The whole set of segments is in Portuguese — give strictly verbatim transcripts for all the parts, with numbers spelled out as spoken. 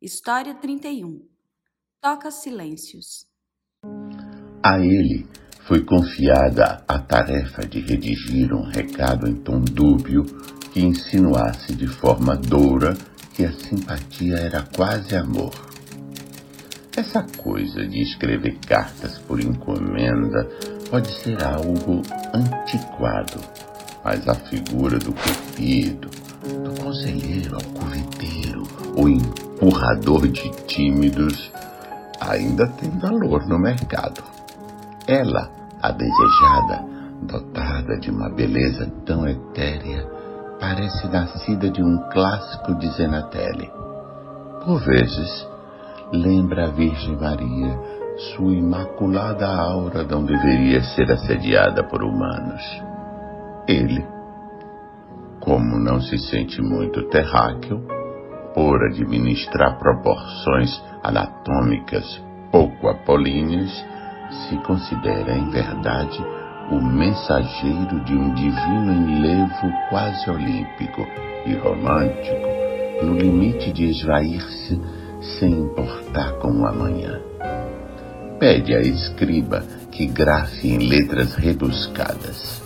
História trinta e um. Toca silêncios. A ele foi confiada a tarefa de redigir um recado em tom dúbio que insinuasse de forma doura que a simpatia era quase amor. Essa coisa de escrever cartas por encomenda pode ser algo antiquado, mas a figura do cupido, do conselheiro alcoviteiro ou empurrador de tímidos ainda tem valor no mercado. Ela, a desejada, dotada de uma beleza tão etérea, parece nascida de um clássico de Zenatelli. Por vezes, lembra a Virgem Maria, sua imaculada aura não deveria ser assediada por humanos. Ele, como não se sente muito terráqueo, por administrar proporções anatômicas pouco apolíneas, se considera, em verdade, o mensageiro de um divino enlevo quase olímpico e romântico, no limite de esvair-se sem importar com o amanhã. Pede à escriba que grafe em letras rebuscadas.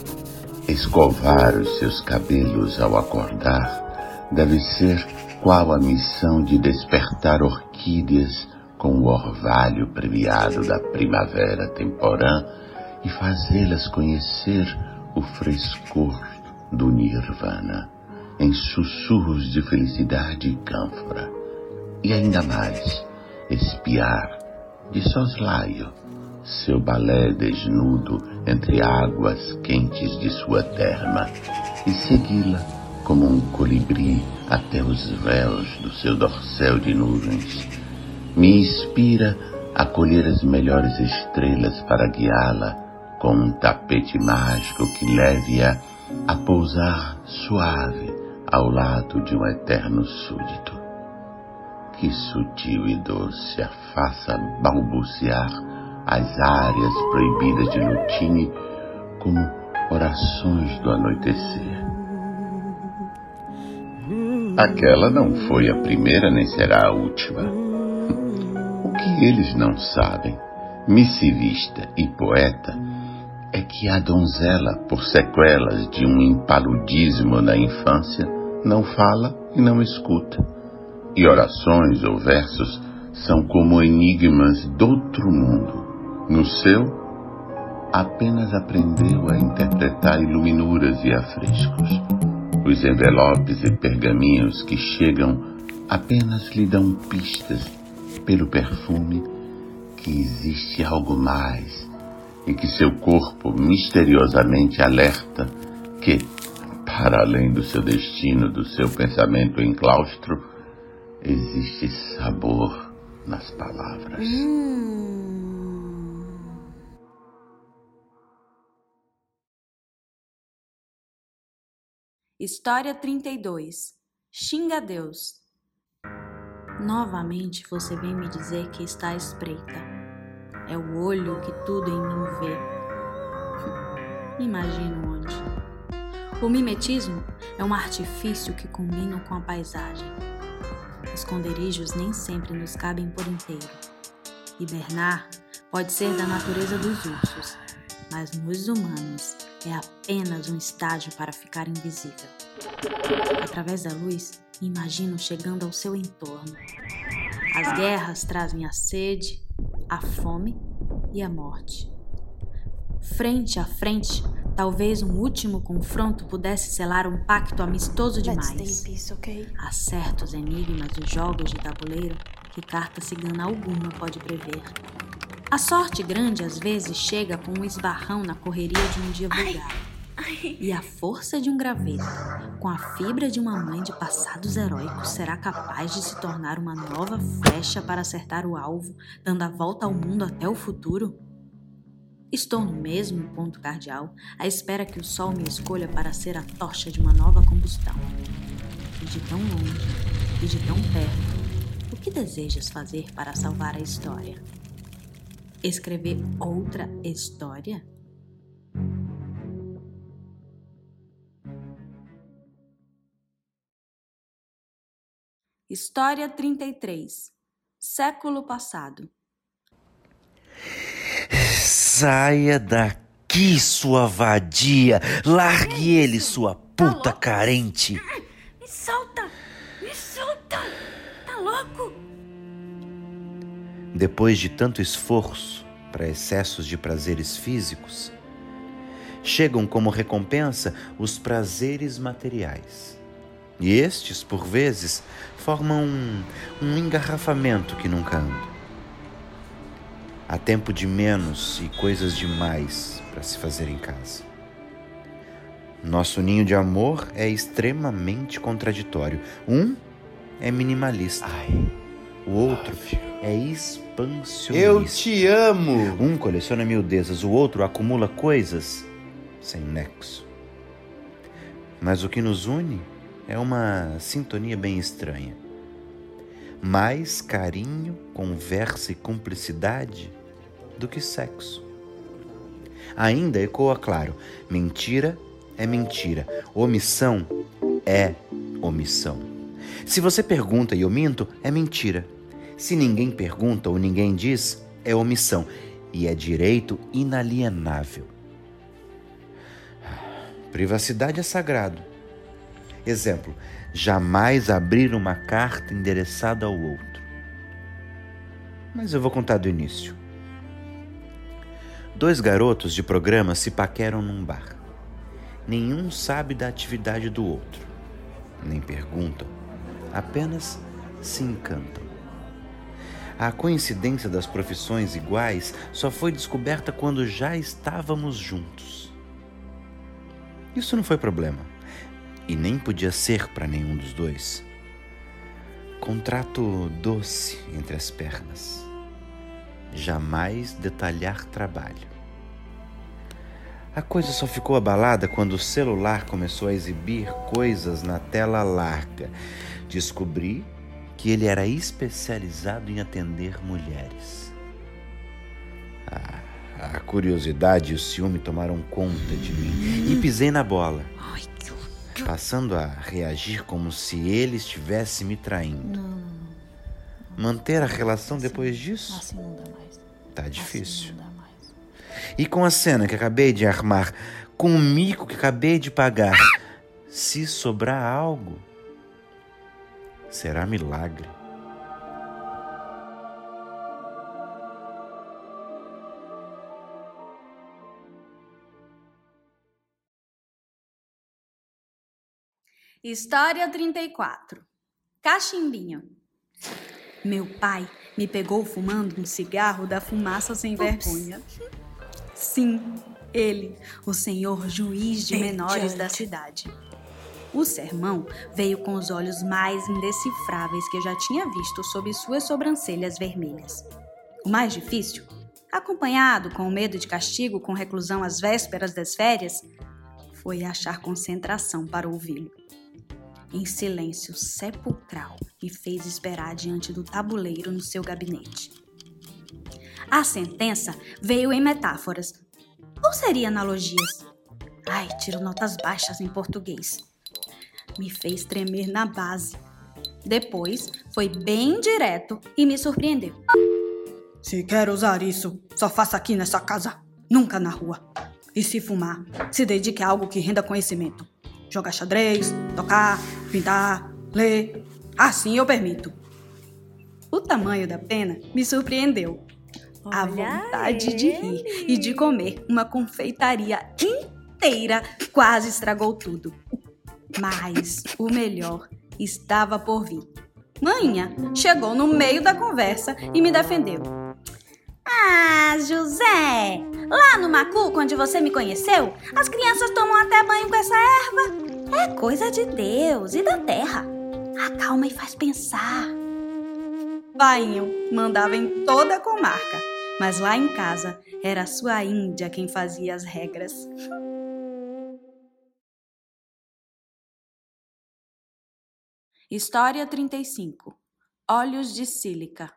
Escovar os seus cabelos ao acordar deve ser qual a missão de despertar orquídeas com o orvalho premiado da primavera temporã e fazê-las conhecer o frescor do nirvana, em sussurros de felicidade e cânfora. E ainda mais, espiar, de soslaio, seu balé desnudo entre águas quentes de sua terma e segui-la como um colibri até os véus do seu dorsal de nuvens. Me inspira a colher as melhores estrelas para guiá-la com um tapete mágico que leve-a a pousar suave ao lado de um eterno súdito. Que sutil e doce a faça balbuciar as áreas proibidas de Lutini como orações do anoitecer. Aquela não foi a primeira nem será a última. O que eles não sabem, missivista e poeta, é que a donzela, por sequelas de um impaludismo na infância, não fala e não escuta. E orações ou versos são como enigmas doutro mundo. No seu, apenas aprendeu a interpretar iluminuras e afrescos. Os envelopes e pergaminhos que chegam apenas lhe dão pistas pelo perfume que existe algo mais e que seu corpo misteriosamente alerta que, para além do seu destino, do seu pensamento em claustro, existe sabor nas palavras. Hum. História trinta e dois. Xinga a Deus. Novamente você vem me dizer que está à espreita. É o olho que tudo em mim vê. Imagino onde. O mimetismo é um artifício que combina com a paisagem. Esconderijos nem sempre nos cabem por inteiro. Hibernar pode ser da natureza dos ursos, mas nos humanos é apenas um estágio para ficar invisível. Através da luz, imagino chegando ao seu entorno. As guerras trazem a sede, a fome e a morte. Frente a frente, talvez um último confronto pudesse selar um pacto amistoso demais. Peace, okay? Há certos enigmas dos jogos de tabuleiro que carta cigana alguma pode prever. A sorte grande às vezes chega com um esbarrão na correria de um dia vulgar. E a força de um graveto, com a fibra de uma mãe de passados heróicos, será capaz de se tornar uma nova flecha para acertar o alvo, dando a volta ao mundo até o futuro? Estou no mesmo ponto cardial, à espera que o sol me escolha para ser a tocha de uma nova combustão. E de tão longe, e de tão perto, o que desejas fazer para salvar a história? Escrever outra história? História trinta e três. Século passado. Saia daqui, sua vadia! Largue ele, sua puta carente! Me solta! Me solta! Tá louco? Depois de tanto esforço para excessos de prazeres físicos, chegam como recompensa os prazeres materiais. E estes, por vezes, formam um, um engarrafamento que nunca anda. Há tempo de menos e coisas demais para se fazer em casa. Nosso ninho de amor é extremamente contraditório. Um é minimalista. Ai, o outro óbvio. é expansionista. Eu te amo! Um coleciona miudezas, o outro acumula coisas sem nexo. Mas o que nos une é uma sintonia bem estranha. Mais carinho, conversa e cumplicidade do que sexo. Ainda ecoa claro: mentira é mentira, omissão é omissão. Se você pergunta e eu minto, é mentira. Se ninguém pergunta ou ninguém diz, é omissão. E é direito inalienável. Privacidade é sagrado. Exemplo: jamais abrir uma carta endereçada ao outro. Mas eu vou contar do início. Dois garotos de programa se paqueram num bar. Nenhum sabe da atividade do outro. Nem perguntam. Apenas se encantam. A coincidência das profissões iguais só foi descoberta quando já estávamos juntos. Isso não foi problema. E nem podia ser para nenhum dos dois. Contrato doce entre as pernas. Jamais detalhar trabalho. A coisa só ficou abalada quando o celular começou a exibir coisas na tela larga. Descobri que ele era especializado em atender mulheres. Ah, a curiosidade e o ciúme tomaram conta de mim e pisei na bola. Ai, que horror. Passando a reagir como se ele estivesse me traindo. Não, não, não. Manter a relação Assim, depois disso? Assim não dá mais. Tá difícil. Assim não dá mais. E com a cena que acabei de armar, com o mico que acabei de pagar, se sobrar algo, será milagre. História trinta e quatro. Cachimbinho. Meu pai me pegou fumando um cigarro da fumaça sem Ups. vergonha. Sim, ele, o senhor juiz de menores da cidade. O sermão veio com os olhos mais indecifráveis que eu já tinha visto sob suas sobrancelhas vermelhas. O mais difícil, acompanhado com o medo de castigo com reclusão às vésperas das férias, foi achar concentração para ouvi-lo. Em silêncio sepulcral, me fez esperar diante do tabuleiro no seu gabinete. A sentença veio em metáforas, ou seria analogias? Ai, tiro notas baixas em português. Me fez tremer na base. Depois, foi bem direto e me surpreendeu. Se quer usar isso, só faça aqui nessa casa, nunca na rua. E se fumar, se dedique a algo que renda conhecimento. Jogar xadrez, tocar, pintar, ler. Assim eu permito. O tamanho da pena me surpreendeu. A vontade de rir e de comer uma confeitaria inteira quase estragou tudo. Mas o melhor estava por vir. Manhã chegou no meio da conversa e me defendeu. Ah, José, lá no Macuco, onde você me conheceu, as crianças tomam até banho com essa erva. É coisa de Deus e da terra. Acalma e faz pensar. Painho mandava em toda a comarca, mas lá em casa era a sua Índia quem fazia as regras. História trinta e cinco. Olhos de sílica.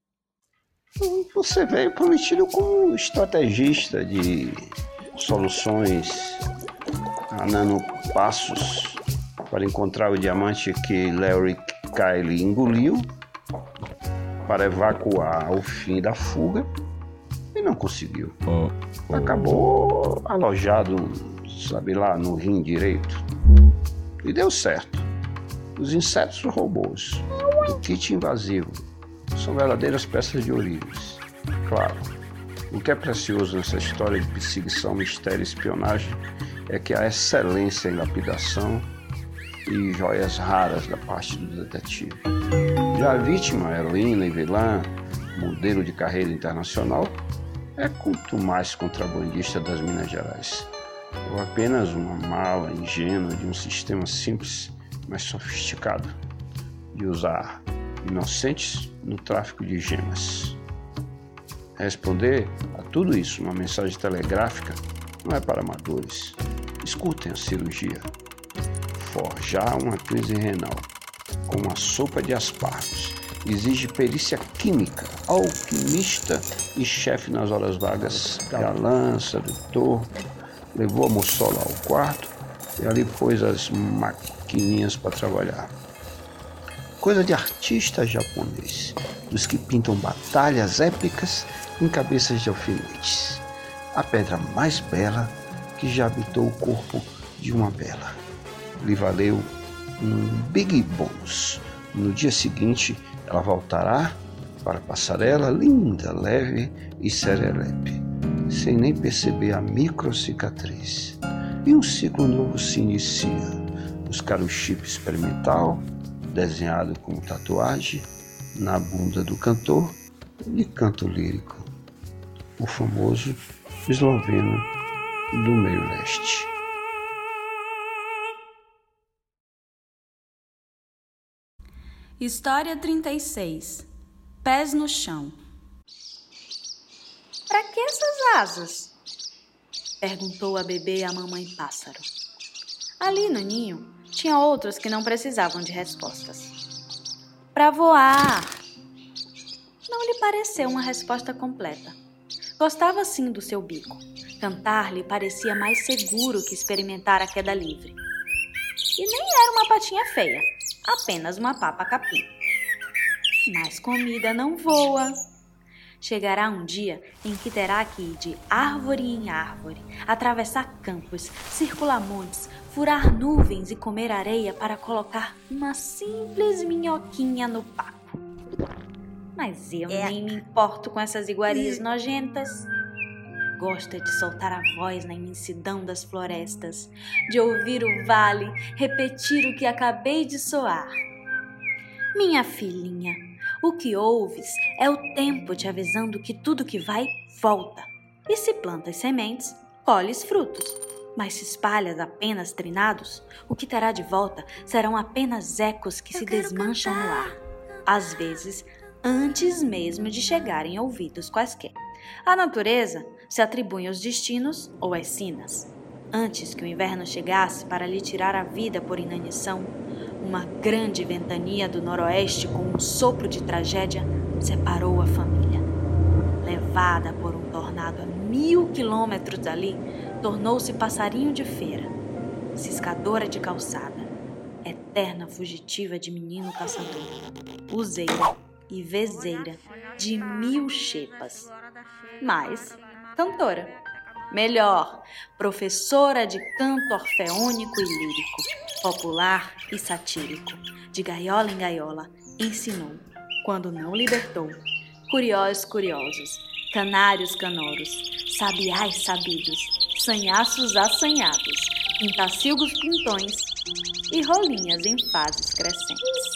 Você veio prometido como estrategista de soluções a nanopassos para encontrar o diamante que Larry K ele engoliu para evacuar o fim da fuga e não conseguiu. Acabou alojado, sabe lá, no rim direito. E deu certo. Os insetos robôs do kit invasivo são verdadeiras peças de ourives. Claro, o que é precioso nessa história de perseguição, mistério e espionagem é que a excelência em lapidação e joias raras da parte do detetive. Já a vítima, heroína e vilã, modelo de carreira internacional, é quanto mais contrabandista das Minas Gerais, ou apenas uma mala ingênua de um sistema simples, mas sofisticado, de usar inocentes no tráfico de gemas. Responder a tudo isso numa mensagem telegráfica não é para amadores. Escutem a cirurgia. Forjar uma crise renal com uma sopa de aspargos exige perícia química, alquimista e chefe nas horas vagas. Galã, sedutor, levou a moçola ao quarto e ali pôs as maquininhas para trabalhar. Coisa de artista japonês, dos que pintam batalhas épicas em cabeças de alfinetes. A pedra mais bela que já habitou o corpo de uma bela. Lhe valeu um big bônus. No dia seguinte, ela voltará para a passarela linda, leve e serelepe, sem nem perceber a microcicatriz. E um ciclo novo se inicia. Buscar o chip experimental, desenhado como tatuagem, na bunda do cantor de canto lírico, o famoso esloveno do meio-leste. História trinta e seis. Pés no chão. Pra que essas asas? Perguntou a bebê à mamãe pássaro. Ali no ninho tinha outros que não precisavam de respostas. Pra voar. Não lhe pareceu uma resposta completa. Gostava sim do seu bico. Cantar lhe parecia mais seguro que experimentar a queda livre. E nem era uma patinha feia, apenas uma papa capim. Mas comida não voa. Chegará um dia em que terá que ir de árvore em árvore, atravessar campos, circular montes, furar nuvens e comer areia para colocar uma simples minhoquinha no papo. Mas eu é. nem me importo com essas iguarias nojentas. Gosta de soltar a voz na imensidão das florestas, de ouvir o vale repetir o que acabei de soar. Minha filhinha, o que ouves é o tempo te avisando que tudo que vai, volta. E se plantas sementes, colhes frutos. Mas se espalhas apenas trinados, o que terá de volta serão apenas ecos que Eu se desmancham cantar. no ar. Às vezes, antes mesmo de chegarem a ouvidos quaisquer. A natureza se atribui os destinos ou as sinas. Antes que o inverno chegasse para lhe tirar a vida por inanição, uma grande ventania do noroeste com um sopro de tragédia separou a família. Levada por um tornado a mil quilômetros dali, tornou-se passarinho de feira, ciscadora de calçada, eterna fugitiva de menino caçador, useira e vezeira de mil xepas. Mas cantora. Melhor, professora de canto orfeônico e lírico, popular e satírico, de gaiola em gaiola, ensinou, quando não libertou, curiosos curiosos, canários canoros, sabiás sabidos, sanhaços assanhados, pintacilgos pintões e rolinhas em fases crescentes.